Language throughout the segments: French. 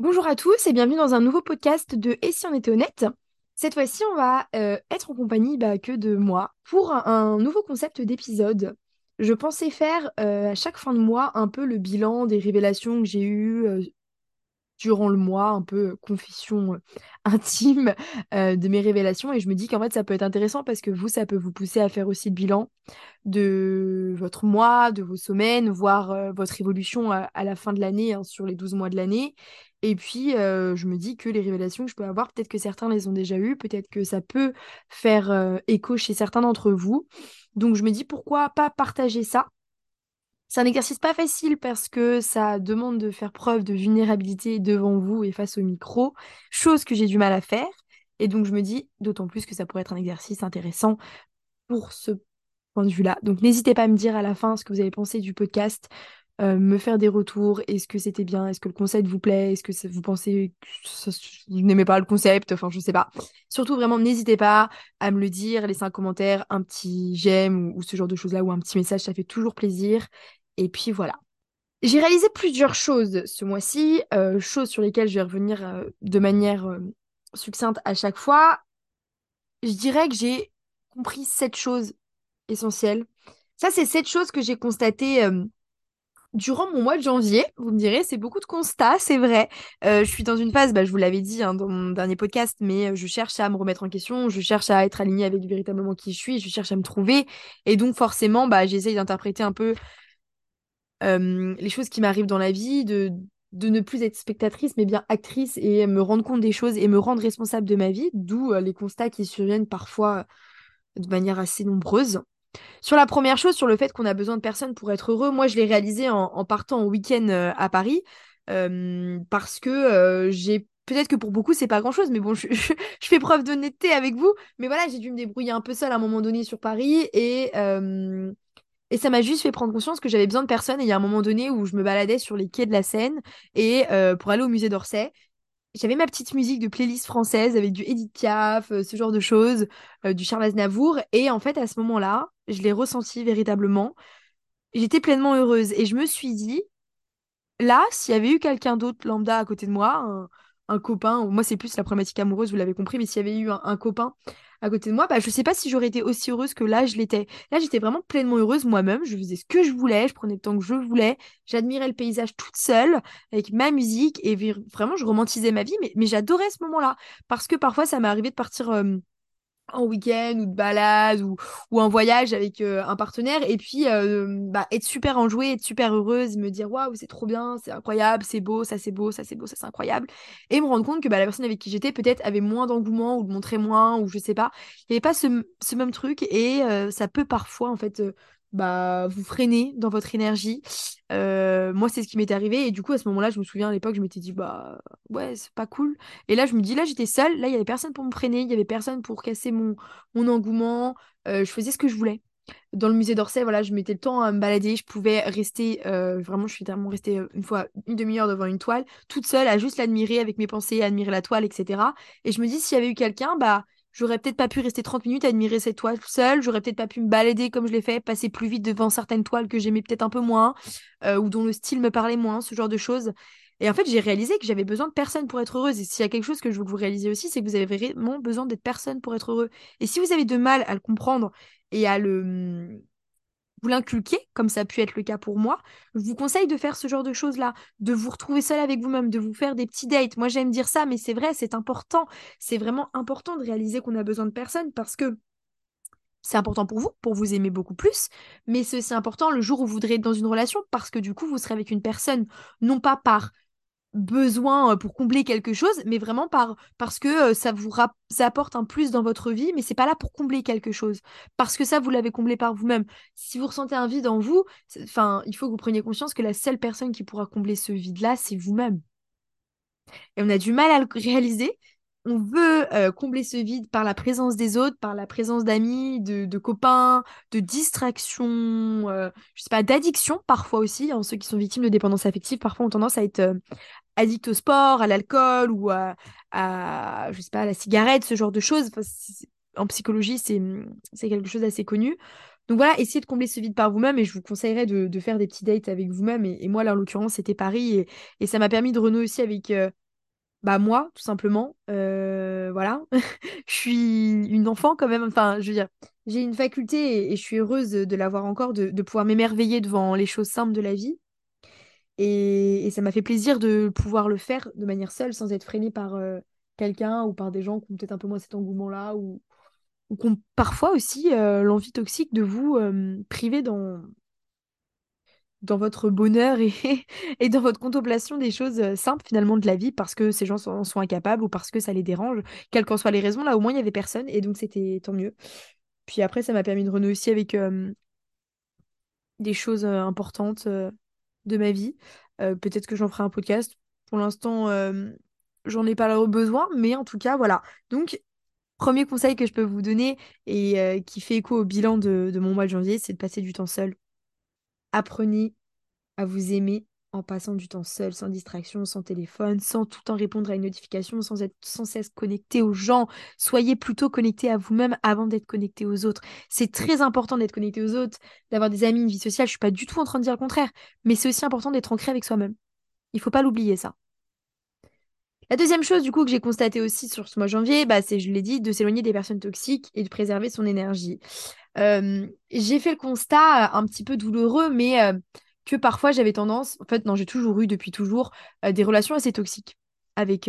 Bonjour à tous et bienvenue dans un nouveau podcast de Et si on était honnête? Cette fois-ci, on va être en compagnie que de moi pour un nouveau concept d'épisode. Je pensais faire à chaque fin de mois un peu le bilan des révélations que j'ai eues durant le mois, un peu confession intime de mes révélations. Et je me dis qu'en fait, ça peut être intéressant parce que vous, ça peut vous pousser à faire aussi le bilan de votre mois, de vos semaines, voir votre évolution à la fin de l'année, hein, sur les 12 mois de l'année. Et puis, je me dis que les révélations que je peux avoir, peut-être que certains les ont déjà eues, peut-être que ça peut faire écho chez certains d'entre vous. Donc, je me dis pourquoi pas partager ça. C'est un exercice pas facile parce que ça demande de faire preuve de vulnérabilité devant vous et face au micro, chose que j'ai du mal à faire. Et donc, je me dis d'autant plus que ça pourrait être un exercice intéressant pour ce point de vue-là. Donc n'hésitez pas à me dire à la fin ce que vous avez pensé du podcast, me faire des retours. Est-ce que c'était bien? Est-ce que le concept vous plaît? Est-ce que vous pensez que vous n'aimez pas le concept? Enfin, je sais pas. Surtout, vraiment, n'hésitez pas à me le dire, laisser un commentaire, un petit j'aime ou ce genre de choses-là, ou un petit message, ça fait toujours plaisir. Et puis voilà. J'ai réalisé plusieurs choses ce mois-ci, choses sur lesquelles je vais revenir de manière succincte à chaque fois. Je dirais que j'ai compris 7 choses essentielles. Ça, c'est 7 choses que j'ai constatées durant mon mois de janvier. Vous me direz, c'est beaucoup de constats, c'est vrai. Je suis dans une phase, je vous l'avais dit, hein, dans mon dernier podcast, mais je cherche à me remettre en question, je cherche à être alignée avec véritablement qui je suis, je cherche à me trouver. Et donc forcément, j'essaye d'interpréter un peu les choses qui m'arrivent dans la vie, de ne plus être spectatrice, mais bien actrice et me rendre compte des choses et me rendre responsable de ma vie, d'où les constats qui surviennent parfois de manière assez nombreuse. Sur la première chose, sur le fait qu'on a besoin de personnes pour être heureux, moi je l'ai réalisé en partant en week-end à Paris, parce que j'ai... Peut-être que pour beaucoup c'est pas grand-chose, mais bon, je fais preuve d'honnêteté avec vous. Mais voilà, j'ai dû me débrouiller un peu seule à un moment donné sur Paris et ça m'a juste fait prendre conscience que j'avais besoin de personnes. Et il y a un moment donné où je me baladais sur les quais de la Seine et pour aller au musée d'Orsay. J'avais ma petite musique de playlist française avec du Edith Piaf, ce genre de choses, du Charles Aznavour. Et en fait, à ce moment-là, je l'ai ressenti véritablement. J'étais pleinement heureuse. Et je me suis dit, là, s'il y avait eu quelqu'un d'autre lambda à côté de moi, un copain, ou moi c'est plus la problématique amoureuse, vous l'avez compris, mais s'il y avait eu un copain à côté de moi, je sais pas si j'aurais été aussi heureuse que là je l'étais. Là, j'étais vraiment pleinement heureuse moi-même, je faisais ce que je voulais, je prenais le temps que je voulais, j'admirais le paysage toute seule, avec ma musique, et vraiment je romantisais ma vie, mais j'adorais ce moment-là, parce que parfois ça m'est arrivé de partir en week-end ou de balade ou en voyage avec un partenaire et puis être super enjouée, être super heureuse, me dire waouh, c'est trop bien, c'est incroyable, c'est beau, ça c'est beau, ça c'est beau, ça c'est incroyable, et me rendre compte que la personne avec qui j'étais peut-être avait moins d'engouement ou de montrer moins ou je sais pas, il n'y avait pas ce même truc et ça peut parfois en fait vous freiner dans votre énergie. Moi c'est ce qui m'est arrivé et du coup à ce moment-là je me souviens à l'époque je m'étais dit ouais c'est pas cool, et là, je me dis, là, j'étais seule, là, il y avait personne pour me freiner, il y avait personne pour casser mon engouement, je faisais ce que je voulais. Dans le musée d'Orsay, voilà, je mettais le temps à me balader, je pouvais rester, vraiment, je suis tellement restée une fois une demi-heure devant une toile, toute seule, à juste l'admirer avec mes pensées, admirer la toile, etc. Et je me dis, s'il y avait eu quelqu'un, j'aurais peut-être pas pu rester 30 minutes à admirer cette toile seule, j'aurais peut-être pas pu me balader comme je l'ai fait, passer plus vite devant certaines toiles que j'aimais peut-être un peu moins, ou dont le style me parlait moins, ce genre de choses. Et en fait, j'ai réalisé que j'avais besoin de personne pour être heureuse. Et s'il y a quelque chose que je veux que vous réalisiez aussi, c'est que vous avez vraiment besoin d'être personne pour être heureux. Et si vous avez de mal à le comprendre et à vous l'inculquer, comme ça a pu être le cas pour moi, je vous conseille de faire ce genre de choses-là, de vous retrouver seul avec vous-même, de vous faire des petits dates. Moi, j'aime dire ça, mais c'est vrai, c'est important. C'est vraiment important de réaliser qu'on a besoin de personne parce que c'est important pour vous aimer beaucoup plus, mais c'est aussi important le jour où vous voudrez être dans une relation parce que du coup, vous serez avec une personne, non pas par besoin pour combler quelque chose, mais vraiment parce que ça apporte un plus dans votre vie, mais c'est pas là pour combler quelque chose. Parce que ça, vous l'avez comblé par vous-même. Si vous ressentez un vide en vous, enfin, il faut que vous preniez conscience que la seule personne qui pourra combler ce vide-là, c'est vous-même. Et on a du mal à le réaliser. On veut combler ce vide par la présence des autres, par la présence d'amis, de copains, de distractions, je sais pas, d'addiction parfois aussi, hein. Ceux qui sont victimes de dépendance affective parfois ont tendance à être addict au sport, à l'alcool ou je sais pas, à la cigarette, ce genre de choses. Enfin, en psychologie, c'est quelque chose d'assez connu. Donc voilà, essayez de combler ce vide par vous-même et je vous conseillerais de faire des petits dates avec vous-même. Et moi, là, en l'occurrence, c'était Paris et ça m'a permis de renouer aussi avec Bah moi, tout simplement, voilà. Je suis une enfant quand même, enfin, je veux dire, j'ai une faculté et je suis heureuse de l'avoir encore, de pouvoir m'émerveiller devant les choses simples de la vie. Et ça m'a fait plaisir de pouvoir le faire de manière seule, sans être freinée par quelqu'un ou par des gens qui ont peut-être un peu moins cet engouement-là, ou qui ont parfois aussi l'envie toxique de vous priver dans votre bonheur et, et dans votre contemplation des choses simples finalement de la vie parce que ces gens en sont incapables ou parce que ça les dérange, quelles qu'en soient les raisons. Là, au moins, il y avait personne et donc c'était tant mieux. Puis après, ça m'a permis de renouer aussi avec des choses importantes de ma vie. Peut-être que j'en ferai un podcast. Pour l'instant, j'en ai pas le besoin, mais en tout cas, voilà. Donc, premier conseil que je peux vous donner et qui fait écho au bilan de mon mois de janvier, c'est de passer du temps seul. Apprenez à vous aimer en passant du temps seul, sans distraction, sans téléphone, sans tout le temps répondre à une notification, sans être sans cesse connecté aux gens. Soyez plutôt connecté à vous-même avant d'être connecté aux autres. C'est très important d'être connecté aux autres, d'avoir des amis, une vie sociale. Je suis pas du tout en train de dire le contraire, mais c'est aussi important d'être ancré avec soi-même. Il faut pas l'oublier, ça. La deuxième chose, du coup, que j'ai constaté aussi sur ce mois de janvier, bah, c'est, je l'ai dit, de s'éloigner des personnes toxiques et de préserver son énergie. J'ai fait le constat un petit peu douloureux, mais que parfois j'avais tendance, en fait, non, j'ai toujours eu depuis toujours des relations assez toxiques avec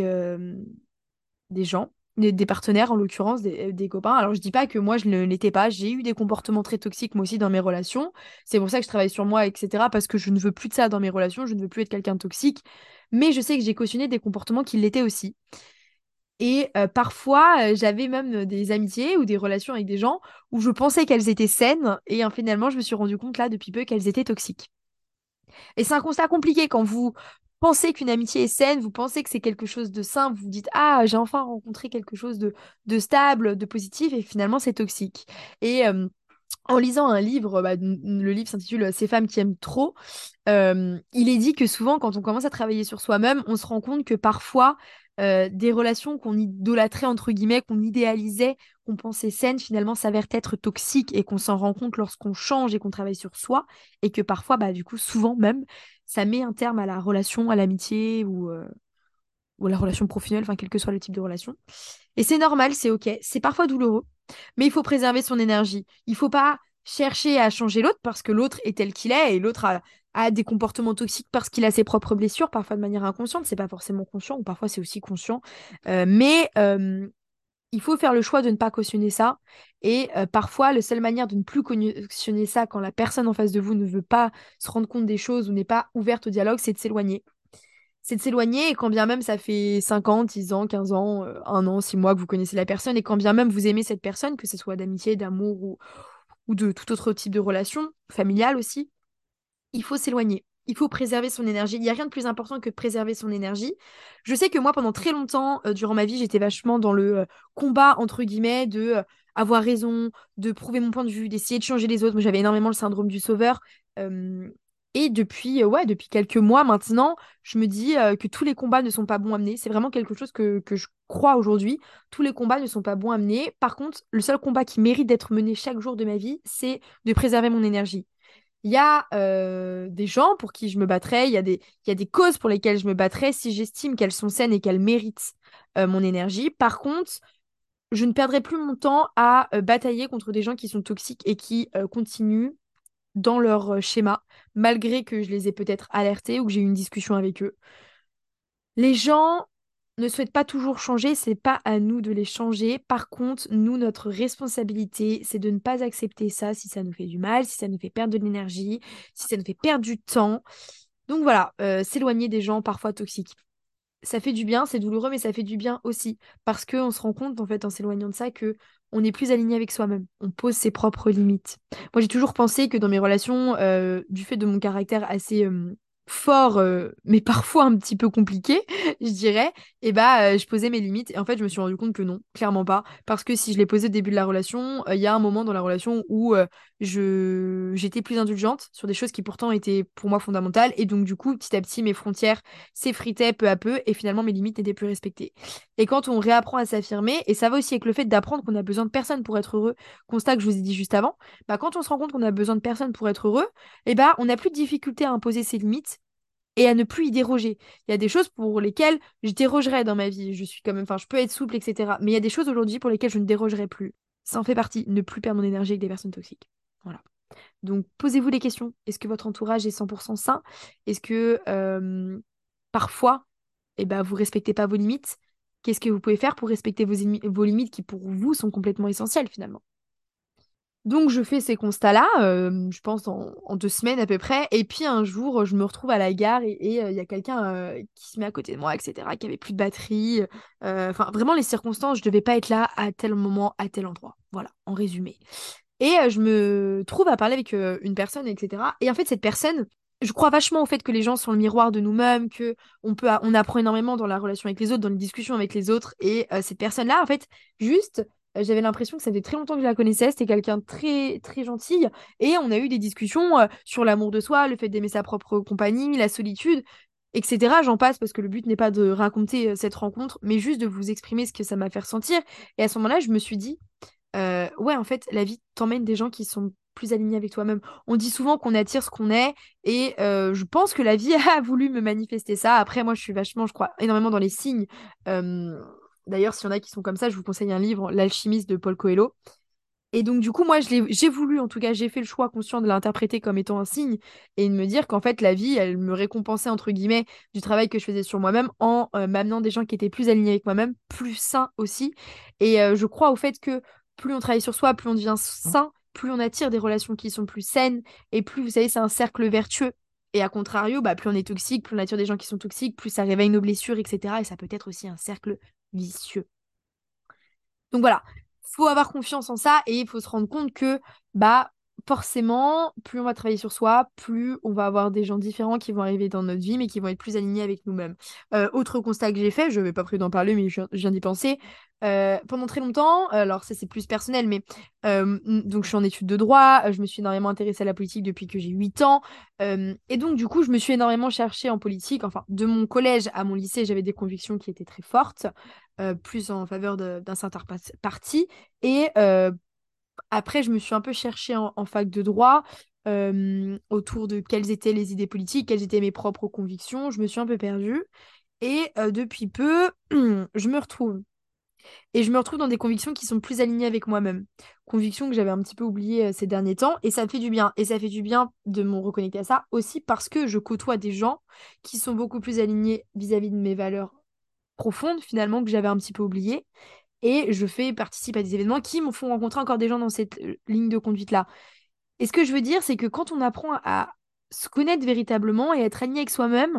des gens, des partenaires en l'occurrence, des copains. Alors je dis pas que moi je ne l'étais pas, j'ai eu des comportements très toxiques moi aussi dans mes relations. C'est pour ça que je travaille sur moi, etc. Parce que je ne veux plus de ça dans mes relations, je ne veux plus être quelqu'un de toxique. Mais je sais que j'ai cautionné des comportements qui l'étaient aussi. Et parfois, j'avais même des amitiés ou des relations avec des gens où je pensais qu'elles étaient saines et finalement, je me suis rendu compte là depuis peu qu'elles étaient toxiques. Et c'est un constat compliqué quand vous pensez qu'une amitié est saine, vous pensez que c'est quelque chose de sain, vous vous dites, ah, j'ai enfin rencontré quelque chose de stable, de positif, et finalement, c'est toxique. Et en lisant un livre, bah, le livre s'intitule Ces femmes qui aiment trop. Il est dit que souvent, quand on commence à travailler sur soi-même, on se rend compte que parfois, des relations qu'on idolâtrait, entre guillemets, qu'on idéalisait, qu'on pensait saines, finalement s'avèrent être toxiques et qu'on s'en rend compte lorsqu'on change et qu'on travaille sur soi. Et que parfois, bah, du coup, souvent même, ça met un terme à la relation, à l'amitié ou à la relation professionnelle, enfin, quel que soit le type de relation. Et c'est normal, c'est ok. C'est parfois douloureux, mais il faut préserver son énergie. Il faut pas chercher à changer l'autre parce que l'autre est tel qu'il est et l'autre a des comportements toxiques parce qu'il a ses propres blessures, parfois de manière inconsciente. C'est pas forcément conscient ou parfois c'est aussi conscient. Mais il faut faire le choix de ne pas cautionner ça. Et parfois, la seule manière de ne plus cautionner ça quand la personne en face de vous ne veut pas se rendre compte des choses ou n'est pas ouverte au dialogue, c'est de s'éloigner. C'est de s'éloigner, et quand bien même ça fait 5 ans, 10 ans, 15 ans, 1 an, 6 mois que vous connaissez la personne, et quand bien même vous aimez cette personne, que ce soit d'amitié, d'amour ou de tout autre type de relation, familiale aussi, il faut s'éloigner. Il faut préserver son énergie. Il n'y a rien de plus important que de préserver son énergie. Je sais que moi, pendant très longtemps, durant ma vie, j'étais vachement dans le combat, entre guillemets, de avoir raison, de prouver mon point de vue, d'essayer de changer les autres. Moi, j'avais énormément le syndrome du sauveur. Euh, et depuis, ouais, depuis quelques mois maintenant, je me dis que tous les combats ne sont pas bons à mener. C'est vraiment quelque chose que je crois aujourd'hui. Tous les combats ne sont pas bons à mener. Par contre, le seul combat qui mérite d'être mené chaque jour de ma vie, c'est de préserver mon énergie. Il y a des gens pour qui je me battrai, il y a des causes pour lesquelles je me battrai si j'estime qu'elles sont saines et qu'elles méritent mon énergie. Par contre, je ne perdrai plus mon temps à batailler contre des gens qui sont toxiques et qui continuent dans leur schéma, malgré que je les ai peut-être alertés ou que j'ai eu une discussion avec eux. Les gens ne souhaitent pas toujours changer, c'est pas à nous de les changer. Par contre, nous, notre responsabilité, c'est de ne pas accepter ça si ça nous fait du mal, si ça nous fait perdre de l'énergie, si ça nous fait perdre du temps. Donc voilà, s'éloigner des gens parfois toxiques. Ça fait du bien, c'est douloureux, mais ça fait du bien aussi. Parce qu'on se rend compte, en fait, en s'éloignant de ça, que on est plus aligné avec soi-même. On pose ses propres limites. Moi, j'ai toujours pensé que dans mes relations, du fait de mon caractère assez fort, mais parfois un petit peu compliqué, je dirais, et bah, je posais mes limites. Et en fait, je me suis rendu compte que non, clairement pas. Parce que si je les posais au début de la relation, il y a un moment dans la relation où j'étais plus indulgente sur des choses qui pourtant étaient pour moi fondamentales. Et donc, du coup, petit à petit, mes frontières s'effritait peu à peu et finalement mes limites n'étaient plus respectées. Et quand on réapprend à s'affirmer, et ça va aussi avec le fait d'apprendre qu'on a besoin de personne pour être heureux, constat que je vous ai dit juste avant, bah quand on se rend compte qu'on a besoin de personne pour être heureux, et bah on n'a plus de difficulté à imposer ses limites et à ne plus y déroger. Il y a des choses pour lesquelles je dérogerais dans ma vie. Je suis quand même, enfin, je peux être souple, etc. Mais il y a des choses aujourd'hui pour lesquelles je ne dérogerai plus. Ça en fait partie. Ne plus perdre mon énergie avec des personnes toxiques. Voilà. Donc, posez-vous des questions. Est-ce que votre entourage est 100% sain? Est-ce que parfois, vous respectez pas vos limites? Qu'est-ce que vous pouvez faire pour respecter vos limites qui, pour vous, sont complètement essentielles finalement? Donc je fais ces constats-là, je pense en 2 semaines à peu près, et puis un jour je me retrouve à la gare et il y a quelqu'un qui se met à côté de moi, etc., qui avait plus de batterie. Enfin vraiment les circonstances, je devais pas être là à tel moment, à tel endroit. Voilà, en résumé. Et je me trouve à parler avec une personne, etc. Et en fait cette personne, je crois vachement au fait que les gens sont le miroir de nous-mêmes, que on apprend énormément dans la relation avec les autres, dans les discussions avec les autres. Et cette personne-là, en fait, juste j'avais l'impression que ça faisait très longtemps que je la connaissais. C'était quelqu'un de très, très gentil. Et on a eu des discussions sur l'amour de soi, le fait d'aimer sa propre compagnie, la solitude, etc. J'en passe parce que le but n'est pas de raconter cette rencontre, mais juste de vous exprimer ce que ça m'a fait ressentir. Et à ce moment-là, je me suis dit, ouais, en fait, la vie t'emmène des gens qui sont plus alignés avec toi-même. On dit souvent qu'on attire ce qu'on est, et je pense que la vie a voulu me manifester ça. Après, moi, je crois énormément dans les signes. Euh, D'ailleurs, s'il y en a qui sont comme ça, je vous conseille un livre, L'Alchimiste de Paul Coelho. Et donc, du coup, moi, j'ai voulu, en tout cas, j'ai fait le choix conscient de l'interpréter comme étant un signe et de me dire qu'en fait, la vie, elle me récompensait, entre guillemets, du travail que je faisais sur moi-même en m'amenant des gens qui étaient plus alignés avec moi-même, plus sains aussi. Et je crois au fait que plus on travaille sur soi, plus on devient sain, plus on attire des relations qui sont plus saines et plus, vous savez, c'est un cercle vertueux. Et à contrario, plus on est toxique, plus on attire des gens qui sont toxiques, plus ça réveille nos blessures, etc. Et ça peut être aussi un cercle vicieux. Donc voilà, faut avoir confiance en ça et il faut se rendre compte que bah forcément, plus on va travailler sur soi, plus on va avoir des gens différents qui vont arriver dans notre vie, mais qui vont être plus alignés avec nous-mêmes. Autre constat que j'ai fait, je n'avais pas prévu d'en parler, mais je viens d'y penser. Pendant très longtemps, alors ça c'est plus personnel, mais donc je suis en études de droit, je me suis énormément intéressée à la politique depuis que j'ai 8 ans, et donc du coup je me suis énormément cherchée en politique. Enfin, de mon collège à mon lycée, j'avais des convictions qui étaient très fortes, plus en faveur d'un certain parti. Et après, je me suis un peu cherchée en fac de droit autour de quelles étaient les idées politiques, quelles étaient mes propres convictions. Je me suis un peu perdue. Et depuis peu, je me retrouve. Et je me retrouve dans des convictions qui sont plus alignées avec moi-même. Convictions que j'avais un petit peu oubliées ces derniers temps. Et ça me fait du bien. Et ça fait du bien de me reconnecter à ça aussi parce que je côtoie des gens qui sont beaucoup plus alignés vis-à-vis de mes valeurs profondes, finalement, que j'avais un petit peu oubliées. Et je fais participe à des événements qui me font rencontrer encore des gens dans cette ligne de conduite-là. Et ce que je veux dire, c'est que quand on apprend à se connaître véritablement et à être aligné avec soi-même,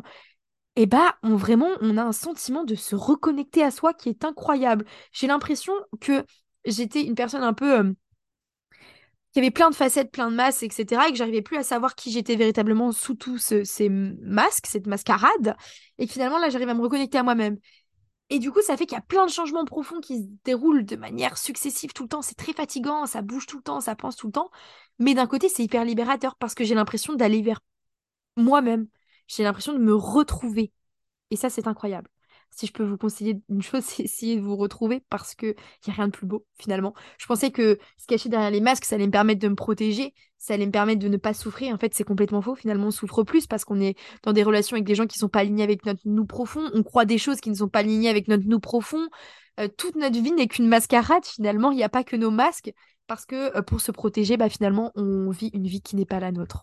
on a un sentiment de se reconnecter à soi qui est incroyable. J'ai l'impression que j'étais une personne un peu qui avait plein de facettes, plein de masques, etc. Et que j'arrivais plus à savoir qui j'étais véritablement sous tous ces masques, cette mascarade. Et que finalement, là, j'arrive à me reconnecter à moi-même. Et du coup, ça fait qu'il y a plein de changements profonds qui se déroulent de manière successive tout le temps. C'est très fatigant, ça bouge tout le temps, ça pense tout le temps. Mais d'un côté, c'est hyper libérateur parce que j'ai l'impression d'aller vers moi-même. J'ai l'impression de me retrouver. Et ça, c'est incroyable. Si je peux vous conseiller une chose, c'est essayer de vous retrouver parce qu'il n'y a rien de plus beau, finalement. Je pensais que se cacher derrière les masques, ça allait me permettre de me protéger, ça allait me permettre de ne pas souffrir. En fait, c'est complètement faux. Finalement, on souffre plus parce qu'on est dans des relations avec des gens qui ne sont pas alignés avec notre nous profond. On croit des choses qui ne sont pas alignées avec notre nous profond. Toute notre vie n'est qu'une mascarade, finalement. Il n'y a pas que nos masques parce que pour se protéger, finalement, on vit une vie qui n'est pas la nôtre.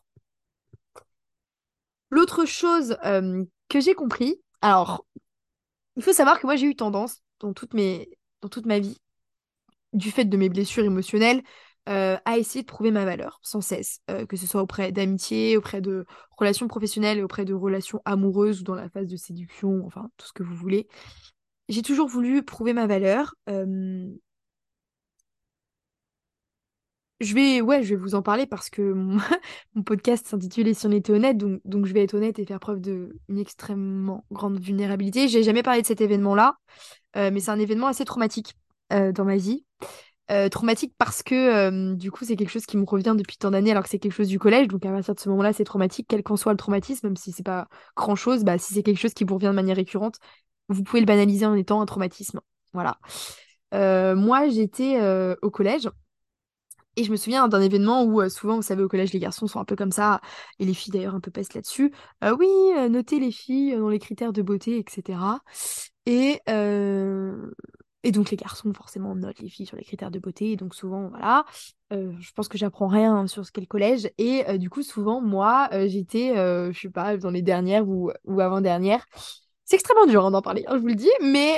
L'autre chose que j'ai compris, alors il faut savoir que moi, j'ai eu tendance, dans toute ma vie, du fait de mes blessures émotionnelles, à essayer de prouver ma valeur sans cesse, que ce soit auprès d'amitié, auprès de relations professionnelles et auprès de relations amoureuses ou dans la phase de séduction, enfin, tout ce que vous voulez. J'ai toujours voulu prouver ma valeur. Je vais vous en parler parce que mon podcast s'intitule Si on était honnête, donc je vais être honnête et faire preuve d'une extrêmement grande vulnérabilité. J'ai jamais parlé de cet événement-là. Mais c'est un événement assez traumatique dans ma vie. Traumatique parce que du coup c'est quelque chose qui me revient depuis tant d'années alors que c'est quelque chose du collège. Donc à partir de ce moment-là c'est traumatique, quel qu'en soit le traumatisme, même si c'est pas grand-chose, si c'est quelque chose qui vous revient de manière récurrente, vous pouvez le banaliser en étant un traumatisme. Voilà. Moi j'étais au collège Et je me souviens d'un événement où souvent, vous savez, au collège, les garçons sont un peu comme ça, et les filles d'ailleurs un peu pestent là-dessus. Oui, notez les filles dans les critères de beauté, etc. Et, euh, et donc les garçons, forcément, notent les filles sur les critères de beauté, et donc souvent, voilà. Je pense que j'apprends rien sur ce qu'est le collège. Et du coup, souvent, moi, j'étais, je sais pas, dans les dernières ou avant-dernières. C'est extrêmement dur hein, d'en parler, hein, je vous le dis, mais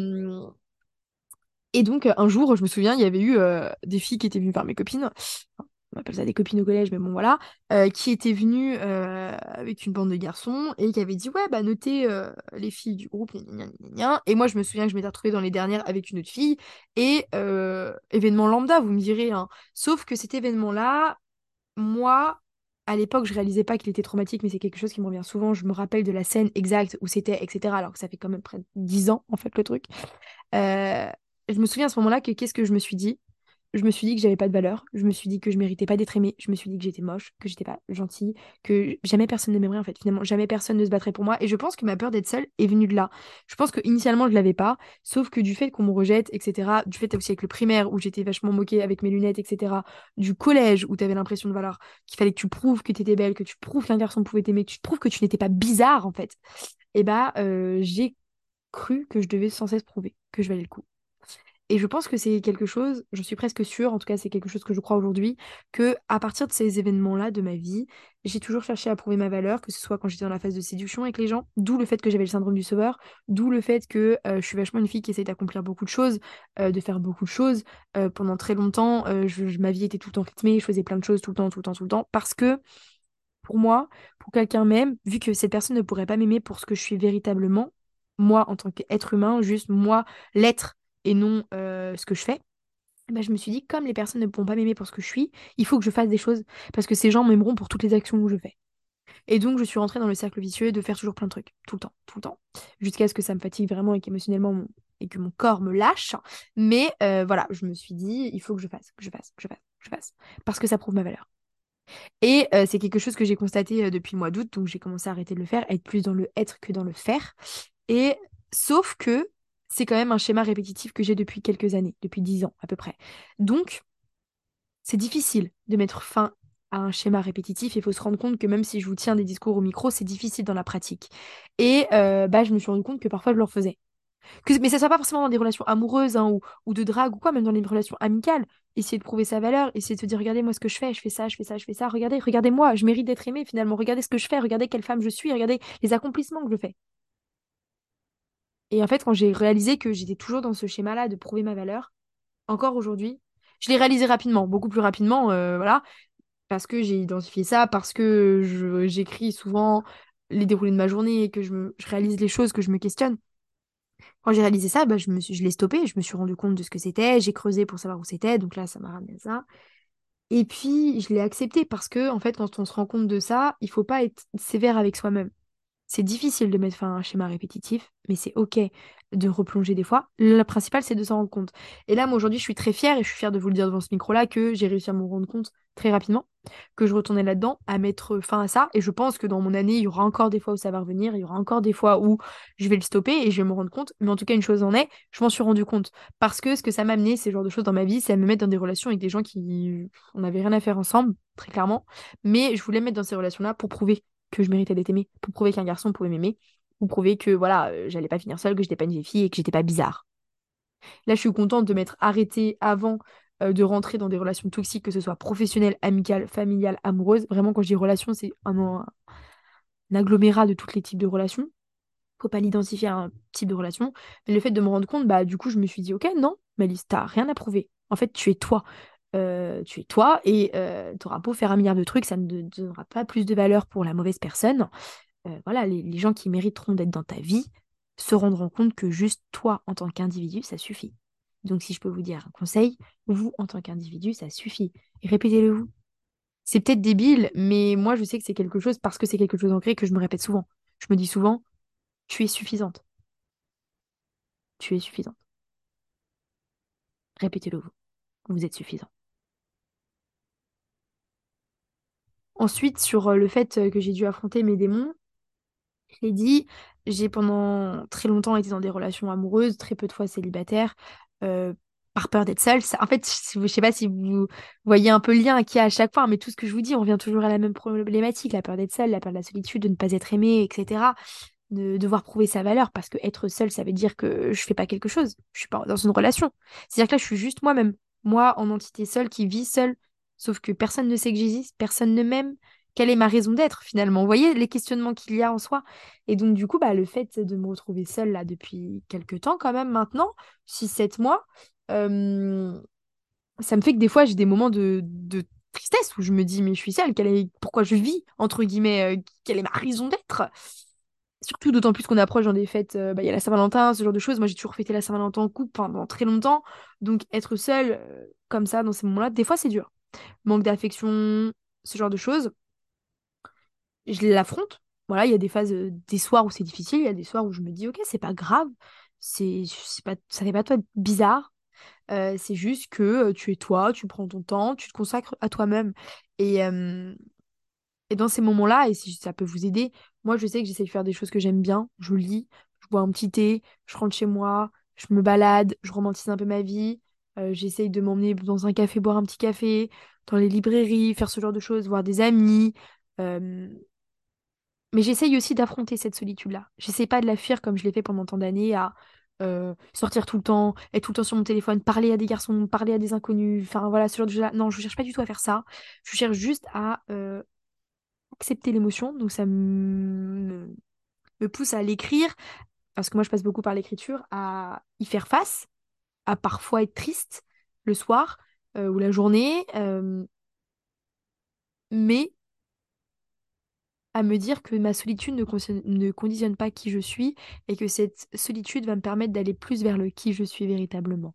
et donc, un jour, je me souviens, il y avait eu des filles qui étaient venues par mes copines, enfin, on appelle ça des copines au collège, mais bon, voilà, qui étaient venues avec une bande de garçons et qui avaient dit, ouais, bah, notez les filles du groupe, gna, gna, gna, gna, gna. Et moi, je me souviens que je m'étais retrouvée dans les dernières avec une autre fille, et événement lambda, vous me direz, hein. Sauf que cet événement-là, moi, à l'époque, je réalisais pas qu'il était traumatique, mais c'est quelque chose qui me revient souvent. Je me rappelle de la scène exacte où c'était, etc., alors que ça fait quand même près de 10 ans, en fait, le truc. Euh, je me souviens à ce moment-là que qu'est-ce que je me suis dit? Je me suis dit que j'avais pas de valeur. Je me suis dit que je méritais pas d'être aimée. Je me suis dit que j'étais moche, que j'étais pas gentille, que jamais personne ne m'aimerait en fait. Finalement, jamais personne ne se battrait pour moi. Et je pense que ma peur d'être seule est venue de là. Je pense que initialement je l'avais pas, sauf que du fait qu'on me rejette, etc. Du fait aussi avec le primaire où j'étais vachement moquée avec mes lunettes, etc. Du collège où tu avais l'impression de valeur, qu'il fallait que tu prouves que tu étais belle, que tu prouves qu'un garçon pouvait t'aimer, que tu prouves que tu n'étais pas bizarre en fait. Et bah j'ai cru que je devais sans cesse prouver que je valais le coup. Et je pense que c'est quelque chose, je suis presque sûre, en tout cas c'est quelque chose que je crois aujourd'hui, que à partir de ces événements-là de ma vie, j'ai toujours cherché à prouver ma valeur, que ce soit quand j'étais dans la phase de séduction avec les gens, d'où le fait que j'avais le syndrome du sauveur, d'où le fait que je suis vachement une fille qui essaie d'accomplir beaucoup de choses, de faire beaucoup de choses. Pendant très longtemps, ma vie était tout le temps rythmée, je faisais plein de choses tout le temps, tout le temps, tout le temps, parce que pour moi, pour quelqu'un m'aime, vu que cette personne ne pourrait pas m'aimer pour ce que je suis véritablement, moi en tant qu'être humain, juste moi, l'être et non ce que je fais, bah, je me suis dit, comme les personnes ne pourront pas m'aimer pour ce que je suis, il faut que je fasse des choses parce que ces gens m'aimeront pour toutes les actions que je fais. Et donc, je suis rentrée dans le cercle vicieux de faire toujours plein de trucs, tout le temps, jusqu'à ce que ça me fatigue vraiment et qu'émotionnellement, et que mon corps me lâche. Mais voilà, je me suis dit, il faut que je fasse, que je fasse, que je fasse, que je fasse, parce que ça prouve ma valeur. Et c'est quelque chose que j'ai constaté depuis le mois d'août, donc j'ai commencé à arrêter de le faire, être plus dans le être que dans le faire. Et sauf que c'est quand même un schéma répétitif que j'ai depuis quelques années, depuis 10 ans à peu près. Donc, c'est difficile de mettre fin à un schéma répétitif. Il faut se rendre compte que même si je vous tiens des discours au micro, c'est difficile dans la pratique. Et bah, je me suis rendu compte que parfois je le refaisais. Mais ça soit pas forcément dans des relations amoureuses hein, ou de drague ou quoi, même dans les relations amicales. Essayer de prouver sa valeur, essayer de se dire, regardez moi ce que je fais ça, je fais ça, je fais ça, regardez, regardez-moi, je mérite d'être aimée finalement, regardez ce que je fais, regardez quelle femme je suis, regardez les accomplissements que je fais. Et en fait, quand j'ai réalisé que j'étais toujours dans ce schéma-là de prouver ma valeur, encore aujourd'hui, je l'ai réalisé rapidement, beaucoup plus rapidement, voilà, parce que j'ai identifié ça, parce que j'écris souvent les déroulés de ma journée et que je réalise les choses, que je me questionne. Quand j'ai réalisé ça, bah, je l'ai stoppé, je me suis rendu compte de ce que c'était, j'ai creusé pour savoir où c'était, donc là, ça m'a ramené à ça. Et puis, je l'ai accepté parce que, en fait, quand on se rend compte de ça, il faut pas être sévère avec soi-même. C'est difficile de mettre fin à un schéma répétitif, mais c'est OK de replonger des fois. Le principal, c'est de s'en rendre compte. Et là, moi, aujourd'hui, je suis très fière, et je suis fière de vous le dire devant ce micro-là, que j'ai réussi à m'en rendre compte très rapidement, que je retournais là-dedans, à mettre fin à ça. Et je pense que dans mon année, il y aura encore des fois où ça va revenir, il y aura encore des fois où je vais le stopper et je vais me rendre compte. Mais en tout cas, une chose en est, je m'en suis rendu compte. Parce que ce que ça m'a amené, ces genres de choses dans ma vie, c'est à me mettre dans des relations avec des gens qui... On n'avait rien à faire ensemble, très clairement. Mais je voulais me mettre dans ces relations-là pour prouver que je méritais d'être aimée, pour prouver qu'un garçon pouvait m'aimer, pour prouver que voilà, j'allais pas finir seule, que j'étais pas une vieille fille et que j'étais pas bizarre. Là, je suis contente de m'être arrêtée avant de rentrer dans des relations toxiques, que ce soit professionnelles, amicales, familiales, amoureuses. Vraiment, quand je dis relation, c'est un agglomérat de tous les types de relations. Faut pas l'identifier à un type de relation. Mais le fait de me rendre compte, bah du coup, je me suis dit, ok, non, Malice, t'as rien à prouver. En fait, tu es toi. Tu es toi et t'auras beau faire un milliard de trucs, ça ne te donnera pas plus de valeur pour la mauvaise personne. Voilà, les gens qui mériteront d'être dans ta vie se rendront compte que juste toi, en tant qu'individu, ça suffit. Donc, si je peux vous dire un conseil, vous, en tant qu'individu, ça suffit. Et répétez-le vous. C'est peut-être débile, mais moi, je sais que c'est quelque chose, parce que c'est quelque chose d'ancré, que je me répète souvent. Je me dis souvent, tu es suffisante. Tu es suffisante. Répétez-le vous. Vous êtes suffisant. Ensuite, sur le fait que j'ai dû affronter mes démons, je l'ai dit, j'ai pendant très longtemps été dans des relations amoureuses, très peu de fois célibataire. par peur d'être seule. En fait, je sais pas si vous voyez un peu le lien qu'il y a à chaque fois, mais tout ce que je vous dis, on revient toujours à la même problématique, la peur d'être seule, la peur de la solitude, de ne pas être aimé, etc. De devoir prouver sa valeur, parce que être seule, ça veut dire que je fais pas quelque chose, je suis pas dans une relation. C'est-à-dire que là, je suis juste moi-même, moi en entité seule qui vit seule, sauf que personne ne sait que j'existe, personne ne m'aime. Quelle est ma raison d'être finalement? Vous voyez les questionnements qu'il y a en soi. Et donc, du coup, bah, le fait de me retrouver seule là depuis quelques temps, quand même maintenant, 6 7 mois, euh, ça me fait que des fois, j'ai des moments de tristesse où je me dis, mais je suis seule, pourquoi je vis, entre guillemets, quelle est ma raison d'être? Surtout d'autant plus qu'on approche dans des fêtes, bah, il y a la Saint-Valentin, ce genre de choses. Moi, j'ai toujours fêté la Saint-Valentin en couple pendant très longtemps. Donc, être seule, comme ça, dans ces moments-là, des fois, c'est dur. Manque d'affection, ce genre de choses. Je l'affronte. Voilà, il y a des phases, des soirs où c'est difficile, il y a des soirs où je me dis, ok, c'est pas grave, c'est pas, ça fait pas de toi bizarre. C'est juste que tu es toi, tu prends ton temps, tu te consacres à toi-même. Et, euh, et dans ces moments-là, et si ça peut vous aider, moi je sais que j'essaie de faire des choses que j'aime bien. Je lis, je bois un petit thé, je rentre chez moi, je me balade, je romantise un peu ma vie. J'essaye de m'emmener dans un café, boire un petit café, dans les librairies, faire ce genre de choses, voir des amis. Euh, mais j'essaye aussi d'affronter cette solitude-là. J'essaie pas de la fuir comme je l'ai fait pendant tant d'années à sortir tout le temps, être tout le temps sur mon téléphone, parler à des garçons, parler à des inconnus, enfin voilà, ce genre de choses-là. Non, je cherche pas du tout à faire ça. Je cherche juste à accepter l'émotion. Donc me pousse à l'écrire, parce que moi je passe beaucoup par l'écriture, à y faire face, à parfois être triste le soir ou la journée, mais à me dire que ma solitude ne conditionne pas qui je suis et que cette solitude va me permettre d'aller plus vers le qui je suis véritablement.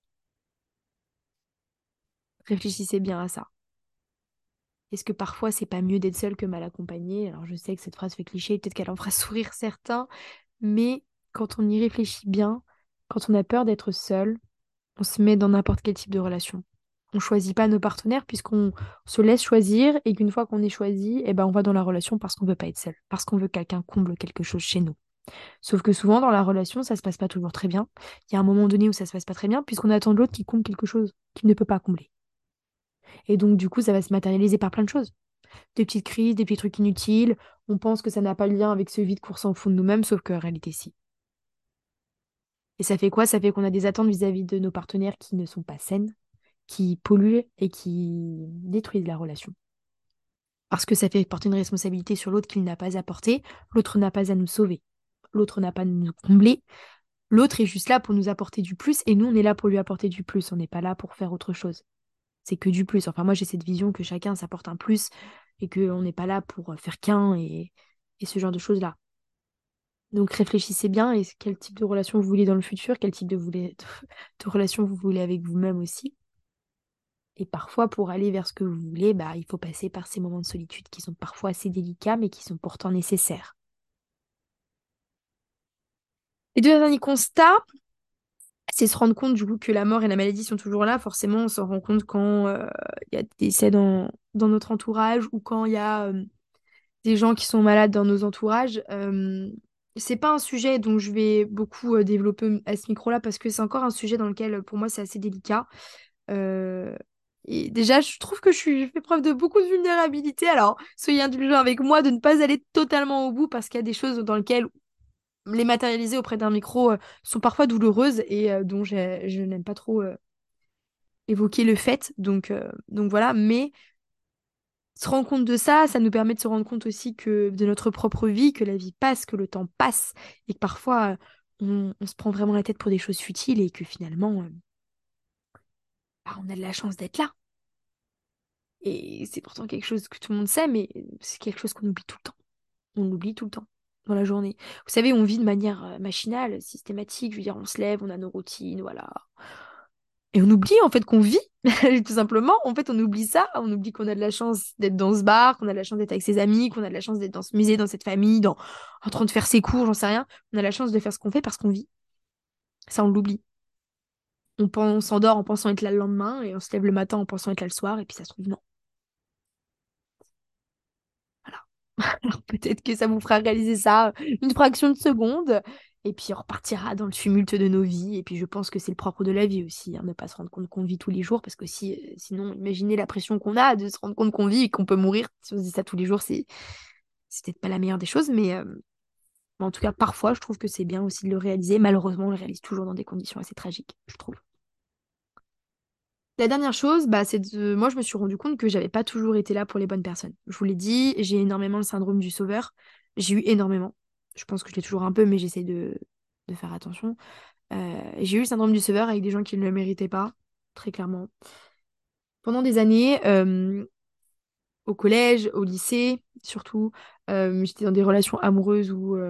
Réfléchissez bien à ça. Est-ce que parfois c'est pas mieux d'être seul que mal accompagné? Alors je sais que cette phrase fait cliché, peut-être qu'elle en fera sourire certains, mais quand on y réfléchit bien, quand on a peur d'être seul, on se met dans n'importe quel type de relation. On choisit pas nos partenaires puisqu'on se laisse choisir et qu'une fois qu'on est choisi, eh ben on va dans la relation parce qu'on veut pas être seul, parce qu'on veut que quelqu'un comble quelque chose chez nous. Sauf que souvent dans la relation, ça se passe pas toujours très bien. Il y a un moment donné où ça se passe pas très bien puisqu'on attend de l'autre qui comble quelque chose qu'il ne peut pas combler. Et donc du coup, ça va se matérialiser par plein de choses. Des petites crises, des petits trucs inutiles. On pense que ça n'a pas de lien avec ce vide qu'on ressent au fond de nous-mêmes, sauf qu'en réalité, si. Et ça fait quoi? Ça fait qu'on a des attentes vis-à-vis de nos partenaires qui ne sont pas saines, qui polluent et qui détruisent la relation. Parce que ça fait porter une responsabilité sur l'autre qu'il n'a pas à porter, l'autre n'a pas à nous sauver, l'autre n'a pas à nous combler, l'autre est juste là pour nous apporter du plus et nous, on est là pour lui apporter du plus, on n'est pas là pour faire autre chose. C'est que du plus. Enfin, moi, j'ai cette vision que chacun s'apporte un plus et qu'on n'est pas là pour faire qu'un et ce genre de choses-là. Donc réfléchissez bien et quel type de relation vous voulez dans le futur, quel type de relation vous voulez avec vous-même aussi. Et parfois, pour aller vers ce que vous voulez, bah, il faut passer par ces moments de solitude qui sont parfois assez délicats, mais qui sont pourtant nécessaires. Et deux derniers constats, c'est se rendre compte du coup que la mort et la maladie sont toujours là. Forcément, on s'en rend compte quand il y a des décès dans notre entourage ou quand il y a des gens qui sont malades dans nos entourages. C'est pas un sujet dont je vais beaucoup développer à ce micro-là parce que c'est encore un sujet dans lequel, pour moi, c'est assez délicat. Euh, Et déjà, je trouve que je fais preuve de beaucoup de vulnérabilité. Alors, soyez indulgents avec moi de ne pas aller totalement au bout parce qu'il y a des choses dans lesquelles les matérialiser auprès d'un micro sont parfois douloureuses et dont je n'aime pas trop évoquer le fait. Donc voilà, mais se rendre compte de ça, ça nous permet de se rendre compte aussi que de notre propre vie, que la vie passe, que le temps passe et que parfois on se prend vraiment la tête pour des choses futiles et que finalement, bah, on a de la chance d'être là. Et c'est pourtant quelque chose que tout le monde sait, mais c'est quelque chose qu'on oublie tout le temps. On l'oublie tout le temps dans la journée. Vous savez, on vit de manière machinale, systématique. Je veux dire, on se lève, on a nos routines, voilà. Et on oublie en fait qu'on vit, tout simplement. En fait, on oublie ça. On oublie qu'on a de la chance d'être dans ce bar, qu'on a de la chance d'être avec ses amis, qu'on a de la chance d'être dans ce musée, dans cette famille, en train de faire ses cours, j'en sais rien. On a la chance de faire ce qu'on fait parce qu'on vit. Ça, on l'oublie. On s'endort en pensant être là le lendemain et on se lève le matin en pensant être là le soir. Et puis ça se trouve, non. Voilà. Alors peut-être que ça vous fera réaliser ça une fraction de seconde. Et puis on repartira dans le tumulte de nos vies. Et puis je pense que c'est le propre de la vie aussi, hein, ne pas se rendre compte qu'on vit tous les jours. Parce que si, sinon, imaginez la pression qu'on a de se rendre compte qu'on vit et qu'on peut mourir. Si on se dit ça tous les jours, c'est peut-être pas la meilleure des choses. Mais en tout cas, parfois, je trouve que c'est bien aussi de le réaliser. Malheureusement, on le réalise toujours dans des conditions assez tragiques, je trouve. La dernière chose, bah, moi, je me suis rendu compte que j'avais pas toujours été là pour les bonnes personnes. Je vous l'ai dit, j'ai énormément le syndrome du sauveur. J'ai eu énormément. Je pense que je l'ai toujours un peu, mais j'essaie de faire attention. J'ai eu le syndrome du sauveur avec des gens qui ne le méritaient pas, très clairement. Pendant des années, au collège, au lycée, surtout, j'étais dans des relations amoureuses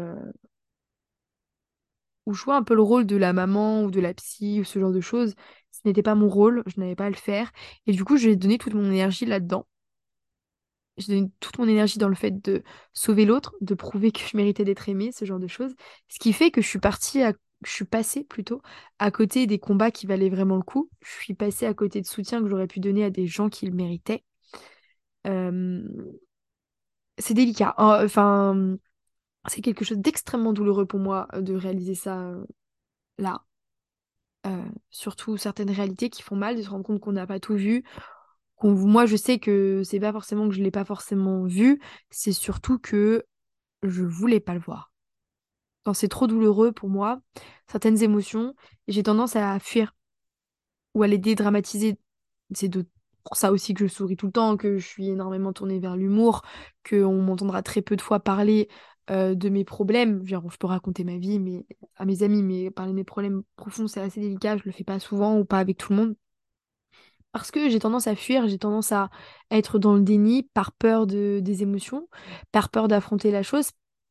où je jouais un peu le rôle de la maman ou de la psy ou ce genre de choses. Ce n'était pas mon rôle, je n'avais pas à le faire. Et du coup, j'ai donné toute mon énergie là-dedans. J'ai donné toute mon énergie dans le fait de sauver l'autre, de prouver que je méritais d'être aimée, ce genre de choses. Ce qui fait que je suis passée plutôt à côté des combats qui valaient vraiment le coup. Je suis passée à côté de soutien que j'aurais pu donner à des gens qui le méritaient. Euh, c'est délicat, hein. Enfin, c'est quelque chose d'extrêmement douloureux pour moi de réaliser ça là. Surtout certaines réalités qui font mal, de se rendre compte qu'on n'a pas tout vu. Moi, je sais que c'est pas forcément que je l'ai pas forcément vu, c'est surtout que je voulais pas le voir. Quand c'est trop douloureux pour moi, certaines émotions, j'ai tendance à fuir ou à les dédramatiser. C'est pour ça aussi que je souris tout le temps, que je suis énormément tournée vers l'humour, qu'on m'entendra très peu de fois parler de mes problèmes. Genre, je peux raconter ma vie à mes amis, mais parler de mes problèmes profonds, c'est assez délicat. Je le fais pas souvent ou pas avec tout le monde. Parce que j'ai tendance à fuir, j'ai tendance à être dans le déni par peur des émotions, par peur d'affronter la chose.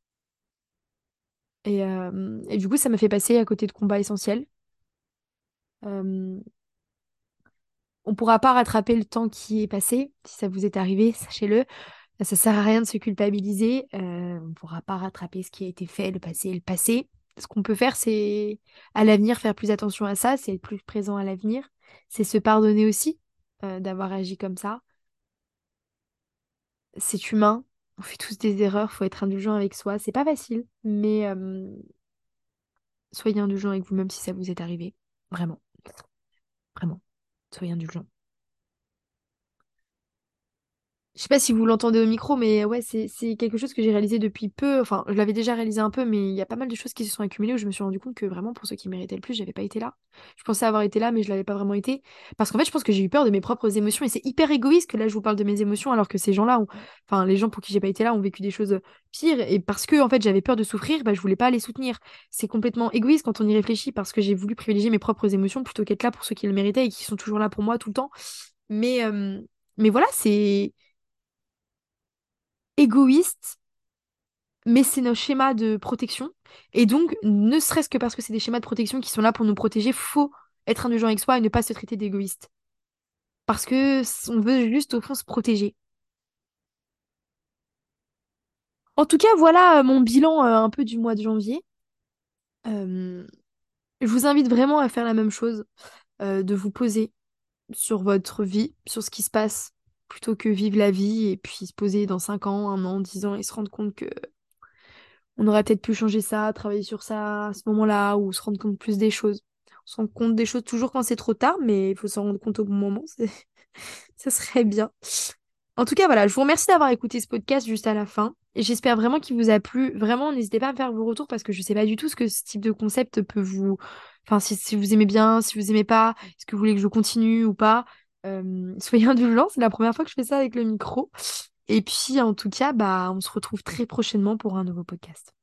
Et du coup, ça m'a fait passer à côté de combats essentiels. Euh, on pourra pas rattraper le temps qui est passé. Si ça vous est arrivé, sachez-le. Ça sert à rien de se culpabiliser. On pourra pas rattraper ce qui a été fait, le passé est le passé. Ce qu'on peut faire, c'est à l'avenir faire plus attention à ça, c'est être plus présent à l'avenir. C'est se pardonner aussi d'avoir agi comme ça. C'est humain. On fait tous des erreurs, faut être indulgent avec soi. C'est pas facile, mais soyez indulgent avec vous-même si ça vous est arrivé. Vraiment, vraiment. Soyez indulgent. Je sais pas si vous l'entendez au micro, mais ouais, c'est quelque chose que j'ai réalisé depuis peu. Enfin, je l'avais déjà réalisé un peu, mais il y a pas mal de choses qui se sont accumulées où je me suis rendu compte que vraiment, pour ceux qui méritaient le plus, j'avais pas été là. Je pensais avoir été là, mais je l'avais pas vraiment été. Parce qu'en fait, je pense que j'ai eu peur de mes propres émotions et c'est hyper égoïste que là, je vous parle de mes émotions alors que ces gens-là enfin, les gens pour qui j'ai pas été là ont vécu des choses pires. Et parce que, en fait, j'avais peur de souffrir, bah, je voulais pas les soutenir. C'est complètement égoïste quand on y réfléchit parce que j'ai voulu privilégier mes propres émotions plutôt qu'être là pour ceux qui le méritaient et qui sont toujours là pour moi tout le temps. Mais, euh, mais voilà, c'est égoïste, mais c'est nos schémas de protection. Et donc, ne serait-ce que parce que c'est des schémas de protection qui sont là pour nous protéger, faut être indulgent avec soi et ne pas se traiter d'égoïste. Parce que on veut juste, au fond, se protéger. En tout cas, voilà mon bilan un peu du mois de janvier. Euh, je vous invite vraiment à faire la même chose, de vous poser sur votre vie, sur ce qui se passe, plutôt que vivre la vie et puis se poser dans 5 ans, 1 an, 10 ans et se rendre compte que on aurait peut-être pu changer ça, travailler sur ça à ce moment-là, ou se rendre compte plus des choses. On se rend compte des choses toujours quand c'est trop tard, mais il faut s'en rendre compte au bon moment. Ça serait bien. En tout cas, voilà, je vous remercie d'avoir écouté ce podcast juste à la fin. Et j'espère vraiment qu'il vous a plu. Vraiment, n'hésitez pas à me faire vos retours parce que je sais pas du tout ce que ce type de concept peut vous... Enfin, si vous aimez bien, si vous aimez pas, est-ce que vous voulez que je continue ou pas. Soyez indulgents, c'est la première fois que je fais ça avec le micro. Et puis, en tout cas, bah, on se retrouve très prochainement pour un nouveau podcast.